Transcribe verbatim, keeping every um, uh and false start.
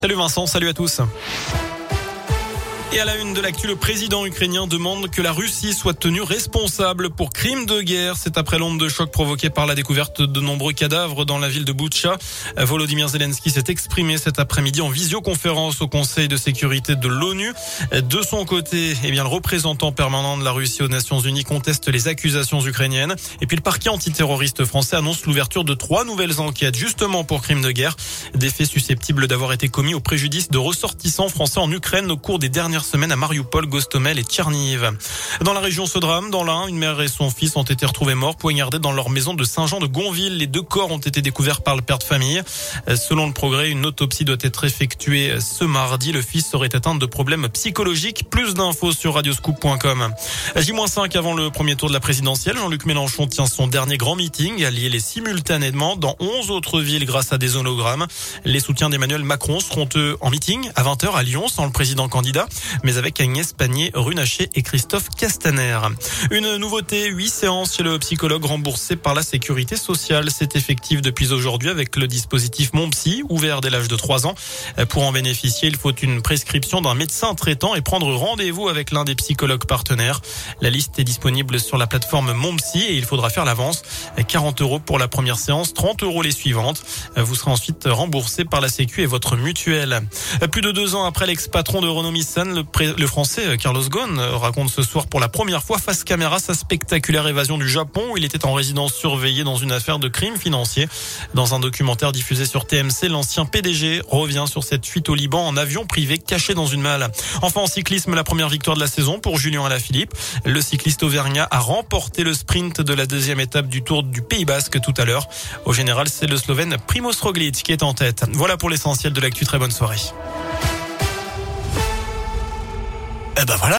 Salut Vincent, salut à tous. Et à la une de l'actu, le président ukrainien demande que la Russie soit tenue responsable pour crimes de guerre. C'est après l'onde de choc provoquée par la découverte de nombreux cadavres dans la ville de Boutcha. Volodymyr Zelensky s'est exprimé cet après-midi en visioconférence au Conseil de sécurité de l'ONU. De son côté, eh bien, le représentant permanent de la Russie aux Nations Unies conteste les accusations ukrainiennes. Et puis le parquet antiterroriste français annonce l'ouverture de trois nouvelles enquêtes justement pour crimes de guerre. Des faits susceptibles d'avoir été commis au préjudice de ressortissants français en Ukraine au cours des dernières semaine à Mariupol, Gostomel et Tchernihiv. Dans la région, ce drame, dans l'Ain, une mère et son fils ont été retrouvés morts, poignardés dans leur maison de Saint-Jean-de-Gonville. Les deux corps ont été découverts par le père de famille. Selon le Progrès, une autopsie doit être effectuée ce mardi. Le fils serait atteint de problèmes psychologiques. Plus d'infos sur radioscoop point com. J moins cinq avant le premier tour de la présidentielle. Jean-Luc Mélenchon tient son dernier grand meeting, allié les simultanément dans onze autres villes grâce à des hologrammes. Les soutiens d'Emmanuel Macron seront eux en meeting à vingt heures à Lyon sans le président candidat, mais avec Agnès Pannier-Runacher et Christophe Castaner. Une nouveauté, huit séances chez le psychologue remboursées par la sécurité sociale. C'est effectif depuis aujourd'hui avec le dispositif Mon Psy, ouvert dès l'âge de trois ans. Pour en bénéficier, il faut une prescription d'un médecin traitant et prendre rendez-vous avec l'un des psychologues partenaires. La liste est disponible sur la plateforme Mon Psy et il faudra faire l'avance. quarante euros pour la première séance, trente euros les suivantes. Vous serez ensuite remboursé par la Sécu et votre mutuelle. Plus de deux ans après l'ex-patron de Renault-Nissan, le, pré- le français Carlos Ghosn raconte ce soir pour la première fois face caméra sa spectaculaire évasion du Japon où il était en résidence surveillée dans une affaire de crime financier. Dans un documentaire diffusé sur T M C, l'ancien P D G revient sur cette fuite au Liban en avion privé caché dans une malle. Enfin en cyclisme, la première victoire de la saison pour Julien Alaphilippe. Le cycliste auvergnat a remporté le sprint de la deuxième étape du Tour du Pays Basque tout à l'heure. Au général, c'est le Slovène Primož Roglič qui est en tête. Voilà pour l'essentiel de l'actu. Très bonne soirée. Eh ben voilà.